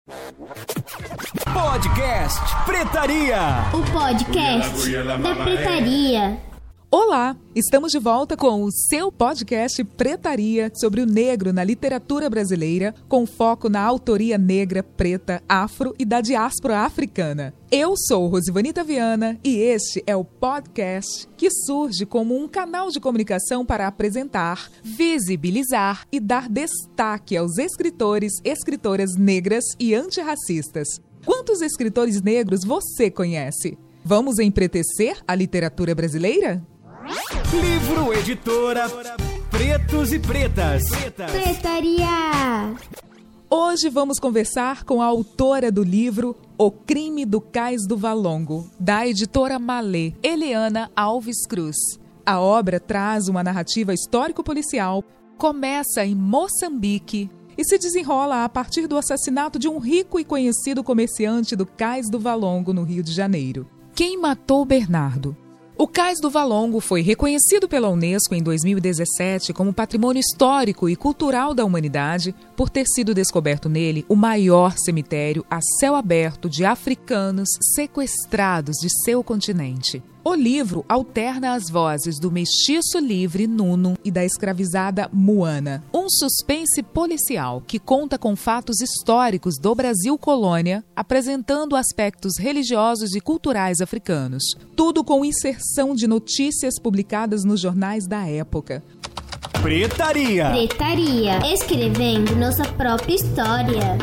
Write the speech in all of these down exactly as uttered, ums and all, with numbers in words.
Podcast Pretaria. O podcast da Pretaria. Olá, estamos de volta com o seu podcast Pretaria sobre o negro na literatura brasileira, com foco na autoria negra, preta, afro e da diáspora africana. Eu sou Rosivanita Viana e este é o podcast que surge como um canal de comunicação para apresentar, visibilizar e dar destaque aos escritores, escritoras negras e antirracistas. Quantos escritores negros você conhece? Vamos empretecer a literatura brasileira? Livro Editora Pretos e Pretas. Pretaria. Hoje vamos conversar com a autora do livro O Crime do Cais do Valongo, da editora Malê, Eliana Alves Cruz. A obra traz uma narrativa histórico-policial, começa em Moçambique e se desenrola a partir do assassinato de um rico e conhecido comerciante do Cais do Valongo, no Rio de Janeiro. Quem matou Bernardo? O Cais do Valongo foi reconhecido pela Unesco em dois mil e dezessete como Patrimônio Histórico e Cultural da Humanidade por ter sido descoberto nele o maior cemitério a céu aberto de africanos sequestrados de seu continente. O livro alterna as vozes do mestiço livre Nuno e da escravizada Muana, um suspense policial que conta com fatos históricos do Brasil colônia, apresentando aspectos religiosos e culturais africanos. Tudo com inserção de notícias publicadas nos jornais da época. Pretaria. Pretaria. Escrevendo nossa própria história.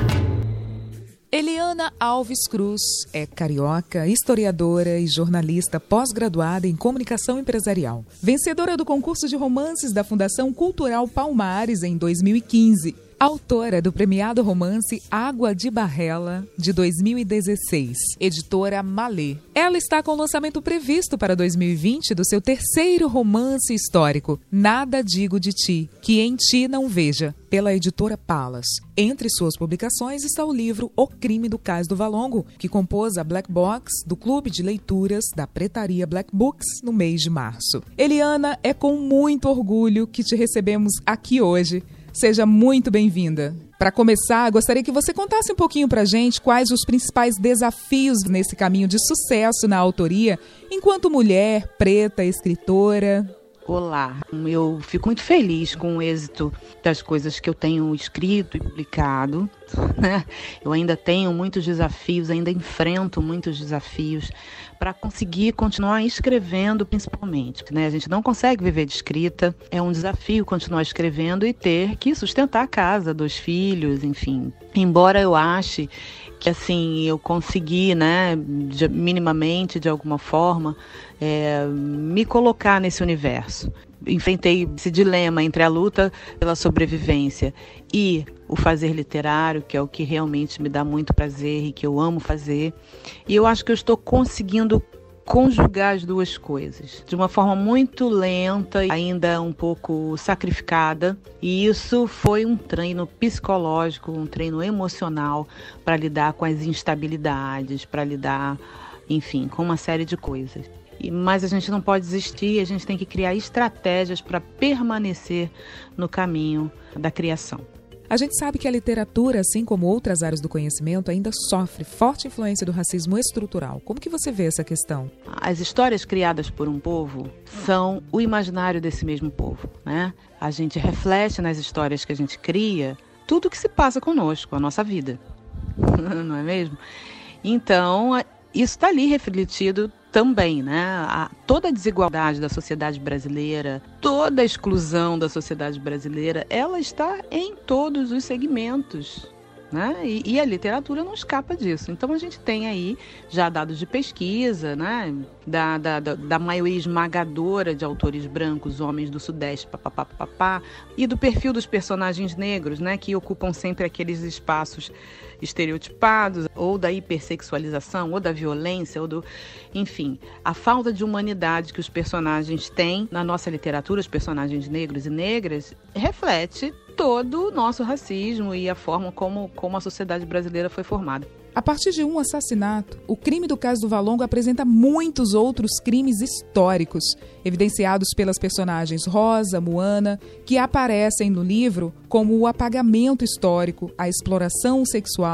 Eliana Alves Cruz é carioca, historiadora e jornalista pós-graduada em comunicação empresarial. Vencedora do concurso de romances da Fundação Cultural Palmares em dois mil e quinze. Autora do premiado romance Água de Barrela, de dois mil e dezesseis, editora Malê. Ela está com o lançamento previsto para dois mil e vinte do seu terceiro romance histórico, Nada Digo de Ti, que em Ti Não Veja, pela editora Palas. Entre suas publicações está o livro O Crime do Cais do Valongo, que compôs a Black Box do Clube de Leituras da Pretaria Black Books no mês de março. Eliana, é com muito orgulho que te recebemos aqui hoje. Seja muito bem-vinda. Para começar, gostaria que você contasse um pouquinho para a gente quais os principais desafios nesse caminho de sucesso na autoria, enquanto mulher, preta, escritora. Olá, eu fico muito feliz com o êxito das coisas que eu tenho escrito e publicado, né? Eu ainda tenho muitos desafios, ainda enfrento muitos desafios para conseguir continuar escrevendo, principalmente, né? A gente não consegue viver de escrita, é um desafio continuar escrevendo e ter que sustentar a casa, dois filhos, enfim. Embora eu ache que assim eu consegui, né, de, minimamente, de alguma forma, é, me colocar nesse universo. Enfrentei esse dilema entre a luta pela sobrevivência e o fazer literário, que é o que realmente me dá muito prazer e que eu amo fazer. E eu acho que eu estou conseguindo conjugar as duas coisas de uma forma muito lenta, ainda um pouco sacrificada, e isso foi um treino psicológico, um treino emocional para lidar com as instabilidades, para lidar, enfim, com uma série de coisas. E, mas a gente não pode desistir, a gente tem que criar estratégias para permanecer no caminho da criação. A gente sabe que a literatura, assim como outras áreas do conhecimento, ainda sofre forte influência do racismo estrutural. Como que você vê essa questão? As histórias criadas por um povo são o imaginário desse mesmo povo, né? A gente reflete nas histórias que a gente cria tudo o que se passa conosco, a nossa vida, não é mesmo? Então, isso está ali refletido também, né? A, toda a desigualdade da sociedade brasileira, toda a exclusão da sociedade brasileira, ela está em todos os segmentos, né? E, e a literatura não escapa disso. Então a gente tem aí já dados de pesquisa, né? Da, da, da, da maioria esmagadora de autores brancos, homens do Sudeste, papapá, papapá, e do perfil dos personagens negros, né? Que ocupam sempre aqueles espaços estereotipados, ou da hipersexualização, ou da violência, ou do... Enfim, a falta de humanidade que os personagens têm na nossa literatura, os personagens negros e negras, reflete todo o nosso racismo e a forma como, como a sociedade brasileira foi formada. A partir de um assassinato, o crime do Cais do Valongo apresenta muitos outros crimes históricos, evidenciados pelas personagens Rosa, Muana, que aparecem no livro como o apagamento histórico, a exploração sexual,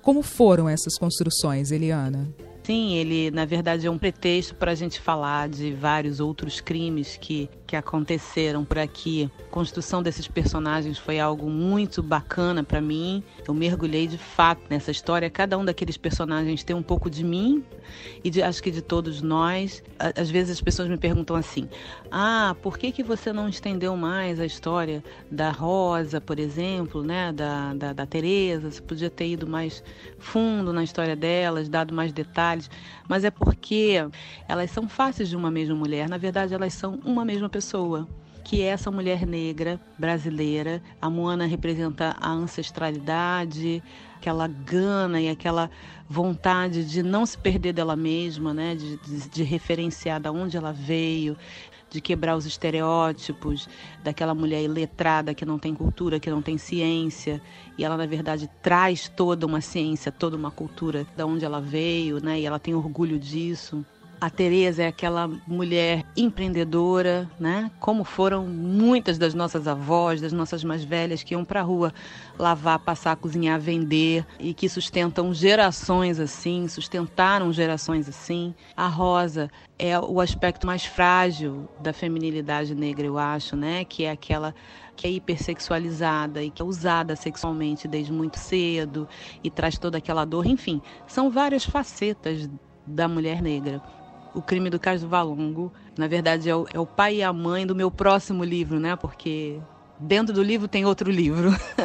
Como foram essas construções, Eliana? Sim, ele na verdade é um pretexto para a gente falar de vários outros crimes que, que aconteceram por aqui. A construção desses personagens foi algo muito bacana para mim. Eu mergulhei de fato nessa história. Cada um daqueles personagens tem um pouco de mim e de, acho que de todos nós. Às vezes as pessoas me perguntam assim: ah, por que, que você não estendeu mais a história da Rosa, por exemplo, né? da, da, da Teresa? Você podia ter ido mais fundo na história delas, dado mais detalhes. Mas é porque elas são faces de uma mesma mulher. Na verdade, elas são uma mesma pessoa, que é essa mulher negra brasileira. A Moana representa a ancestralidade, aquela gana e aquela vontade de não se perder dela mesma, né? de, de, de referenciar de onde ela veio, de quebrar os estereótipos daquela mulher iletrada que não tem cultura, que não tem ciência. E ela, na verdade, traz toda uma ciência, toda uma cultura de onde ela veio, né? E ela tem orgulho disso. A Teresa é aquela mulher empreendedora, né? Como foram muitas das nossas avós, das nossas mais velhas, que iam para a rua lavar, passar, cozinhar, vender e que sustentam gerações assim, sustentaram gerações assim. A Rosa é o aspecto mais frágil da feminilidade negra, eu acho, né? Que é aquela que é hipersexualizada e que é usada sexualmente desde muito cedo e traz toda aquela dor. Enfim, são várias facetas da mulher negra. O Crime do Cais do Valongo, na verdade, é o, é o pai e a mãe do meu próximo livro, né? Porque dentro do livro tem outro livro.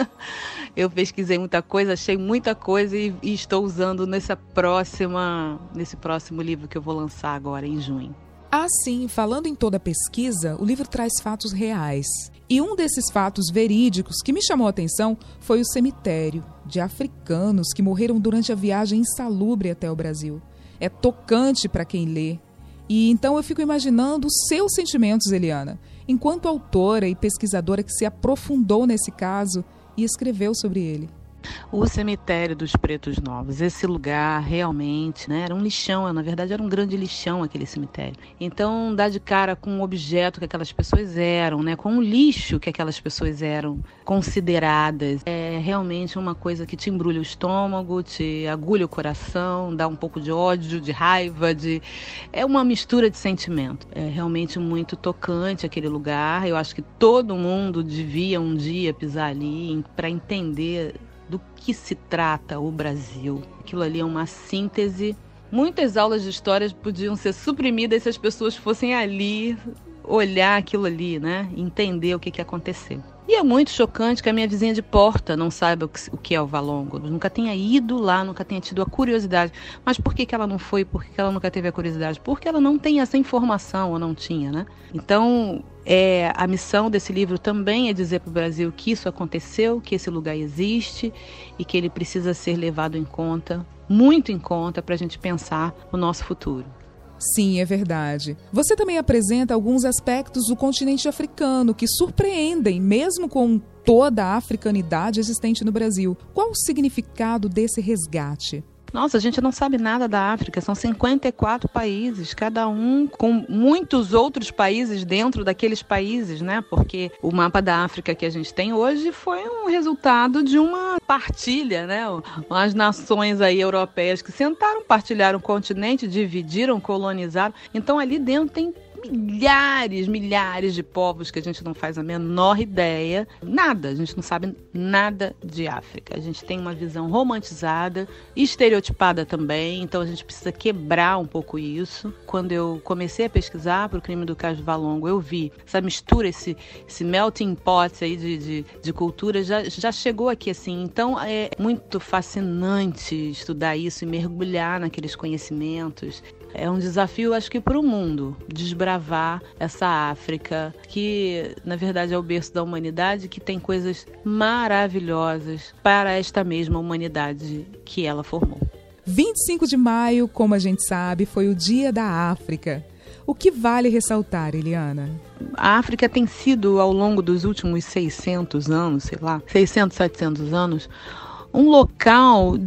Eu pesquisei muita coisa, achei muita coisa e, e estou usando nessa próxima, nesse próximo livro que eu vou lançar agora, em junho. Ah, sim, falando em toda a pesquisa, o livro traz fatos reais. E um desses fatos verídicos que me chamou a atenção foi o cemitério de africanos que morreram durante a viagem insalubre até o Brasil. É tocante para quem lê. E então eu fico imaginando os seus sentimentos, Eliana, enquanto autora e pesquisadora que se aprofundou nesse caso e escreveu sobre ele. O cemitério dos Pretos Novos, esse lugar realmente, né, era um lixão, na verdade era um grande lixão aquele cemitério. Então dá de cara com o objeto que aquelas pessoas eram, né, com o lixo que aquelas pessoas eram consideradas. É realmente uma coisa que te embrulha o estômago, te agulha o coração, dá um pouco de ódio, de raiva, de... é uma mistura de sentimento. É realmente muito tocante aquele lugar. Eu acho que todo mundo devia um dia pisar ali para entender do que se trata o Brasil. Aquilo ali é uma síntese. Muitas aulas de história podiam ser suprimidas se as pessoas fossem ali olhar aquilo ali, né? Entender o que, que aconteceu. E é muito chocante que a minha vizinha de porta não saiba o que é o Valongo. Nunca tenha ido lá, nunca tenha tido a curiosidade. Mas por que, que ela não foi? Por que, que ela nunca teve a curiosidade? Porque ela não tem essa informação, ou não tinha, né? Então, é, a missão desse livro também é dizer para o Brasil que isso aconteceu, que esse lugar existe e que ele precisa ser levado em conta, muito em conta, para a gente pensar o nosso futuro. Sim, é verdade. Você também apresenta alguns aspectos do continente africano que surpreendem, mesmo com toda a africanidade existente no Brasil. Qual o significado desse resgate? Nossa, a gente não sabe nada da África, são cinquenta e quatro países, cada um com muitos outros países dentro daqueles países, né? Porque o mapa da África que a gente tem hoje foi um resultado de uma partilha, né? As nações aí europeias que sentaram, partilharam o continente, dividiram, colonizaram. Então ali dentro tem milhares, milhares de povos que a gente não faz a menor ideia, nada, a gente não sabe nada de África. A gente tem uma visão romantizada, estereotipada também, então a gente precisa quebrar um pouco isso. Quando eu comecei a pesquisar para o Crime do Cais do Valongo, eu vi essa mistura, esse, esse melting pot aí de, de, de cultura, já, já chegou aqui assim. Então é muito fascinante estudar isso e mergulhar naqueles conhecimentos. É um desafio, acho que, para o mundo, desbravar essa África, que, na verdade, é o berço da humanidade, que tem coisas maravilhosas para esta mesma humanidade que ela formou. vinte e cinco de maio, como a gente sabe, foi o Dia da África. O que vale ressaltar, Eliana? A África tem sido, ao longo dos últimos seiscentos anos, sei lá, seiscentos, setecentos anos, um local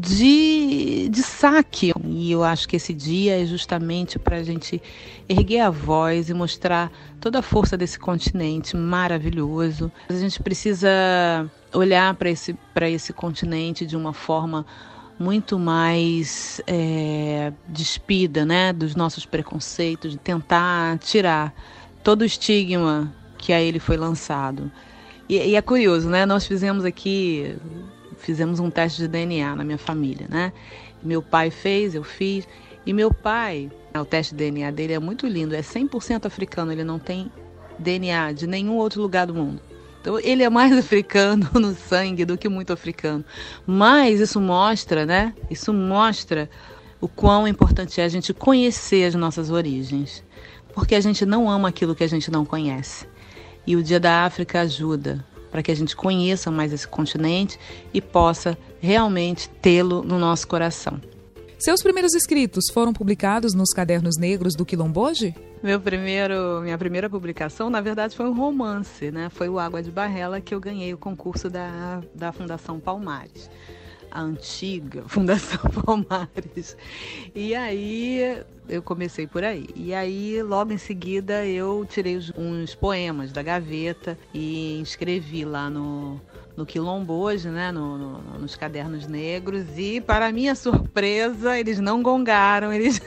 de, de saque. E eu acho que esse dia é justamente para a gente erguer a voz e mostrar toda a força desse continente maravilhoso. A gente precisa olhar para esse, para esse continente de uma forma muito mais é, despida, né, dos nossos preconceitos, de tentar tirar todo o estigma que a ele foi lançado. E, e é curioso, né? Nós fizemos aqui, fizemos um teste de D N A na minha família, né? Meu pai fez, eu fiz. E meu pai, o teste de D N A dele é muito lindo, é cem por cento africano, ele não tem D N A de nenhum outro lugar do mundo. Então, ele é mais africano no sangue do que muito africano. Mas isso mostra, né? Isso mostra o quão importante é a gente conhecer as nossas origens. Porque a gente não ama aquilo que a gente não conhece. E o Dia da África ajuda para que a gente conheça mais esse continente e possa realmente tê-lo no nosso coração. Seus primeiros escritos foram publicados nos Cadernos Negros do Quilomboje? Meu primeiro, minha primeira publicação, na verdade, foi um romance, né? Foi o Água de Barrela, que eu ganhei o concurso da, da Fundação Palmares, a antiga Fundação Palmares. E aí eu comecei por aí. E aí, logo em seguida, eu tirei uns poemas da gaveta e escrevi lá no... no Quilomboje, né, no, no, nos Cadernos Negros, e para minha surpresa, eles não gongaram, eles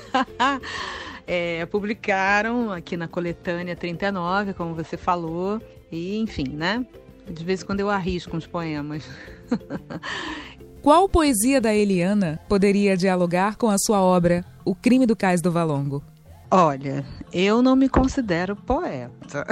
é, publicaram aqui na coletânea trinta e nove, como você falou, e enfim, né, de vez em quando eu arrisco uns poemas. Qual poesia da Eliana poderia dialogar com a sua obra O Crime do Cais do Valongo? Olha, eu não me considero poeta.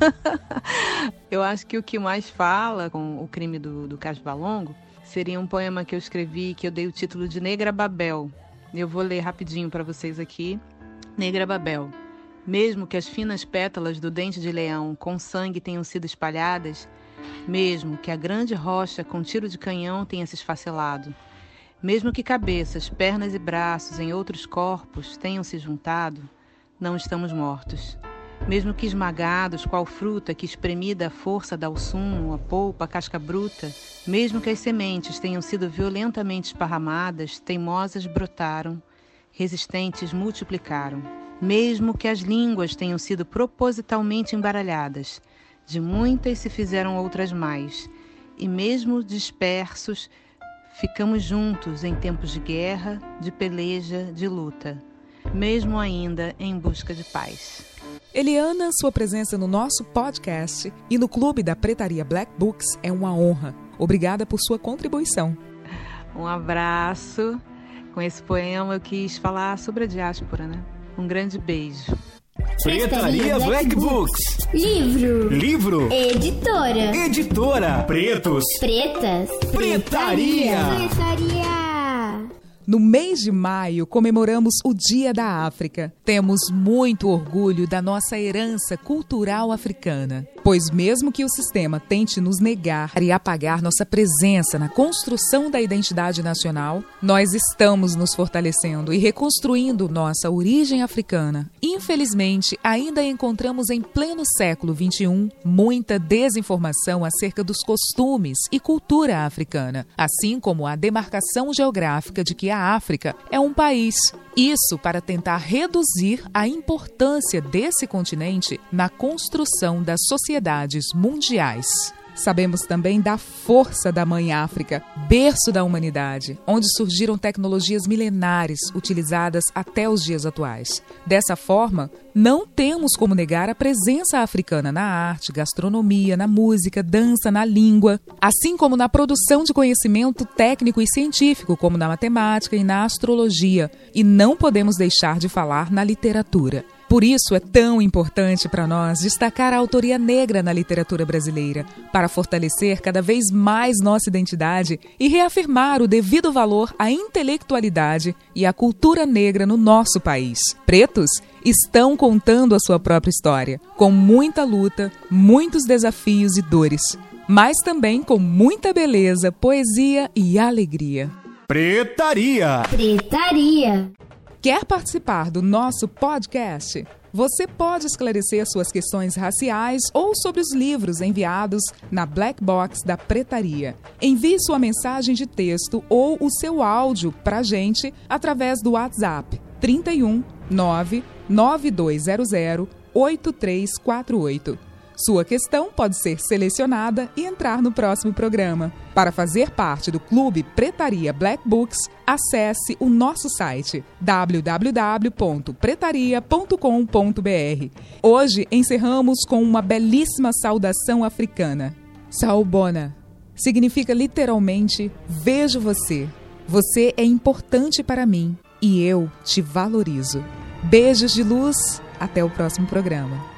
Eu acho que o que mais fala com o crime do, do Cais do Valongo seria um poema que eu escrevi, que eu dei o título de Negra Babel. Eu vou ler rapidinho para vocês aqui. Negra Babel. Mesmo que as finas pétalas do dente de leão com sangue tenham sido espalhadas, mesmo que a grande rocha com tiro de canhão tenha se esfacelado, mesmo que cabeças, pernas e braços em outros corpos tenham se juntado, não estamos mortos. Mesmo que esmagados, qual fruta que espremida a força dá o sumo, a polpa, a casca bruta, mesmo que as sementes tenham sido violentamente esparramadas, teimosas brotaram, resistentes multiplicaram. Mesmo que as línguas tenham sido propositalmente embaralhadas, de muitas se fizeram outras mais, e mesmo dispersos, ficamos juntos em tempos de guerra, de peleja, de luta, mesmo ainda em busca de paz. Eliana, sua presença no nosso podcast e no Clube da Pretaria Black Books é uma honra. Obrigada por sua contribuição. Um abraço. Com esse poema eu quis falar sobre a diáspora, né? Um grande beijo. Pretaria Black Books. Livro. Livro. Editora. Editora. Pretos. Pretas. Pretaria. Pretaria. No mês de maio, comemoramos o Dia da África. Temos muito orgulho da nossa herança cultural africana. Pois mesmo que o sistema tente nos negar e apagar nossa presença na construção da identidade nacional, nós estamos nos fortalecendo e reconstruindo nossa origem africana. Infelizmente, ainda encontramos em pleno século vinte e um muita desinformação acerca dos costumes e cultura africana, assim como a demarcação geográfica de que a África é um país. Isso para tentar reduzir a importância desse continente na construção das sociedades mundiais. Sabemos também da força da Mãe África, berço da humanidade, onde surgiram tecnologias milenares utilizadas até os dias atuais. Dessa forma, não temos como negar a presença africana na arte, gastronomia, na música, dança, na língua, assim como na produção de conhecimento técnico e científico, como na matemática e na astrologia, e não podemos deixar de falar na literatura. Por isso é tão importante para nós destacar a autoria negra na literatura brasileira, para fortalecer cada vez mais nossa identidade e reafirmar o devido valor à intelectualidade e à cultura negra no nosso país. Pretos estão contando a sua própria história, com muita luta, muitos desafios e dores, mas também com muita beleza, poesia e alegria. Pretaria. Pretaria. Quer participar do nosso podcast? Você pode esclarecer suas questões raciais ou sobre os livros enviados na Black Box da Pretaria. Envie sua mensagem de texto ou o seu áudio para a gente através do WhatsApp trinta e um, nove nove dois zero zero, oito três quatro oito. Sua questão pode ser selecionada e entrar no próximo programa. Para fazer parte do Clube Pretaria Black Books, acesse o nosso site w w w ponto pretaria ponto com ponto b r. Hoje encerramos com uma belíssima saudação africana. Sawubona significa literalmente vejo você. Você é importante para mim e eu te valorizo. Beijos de luz, até o próximo programa.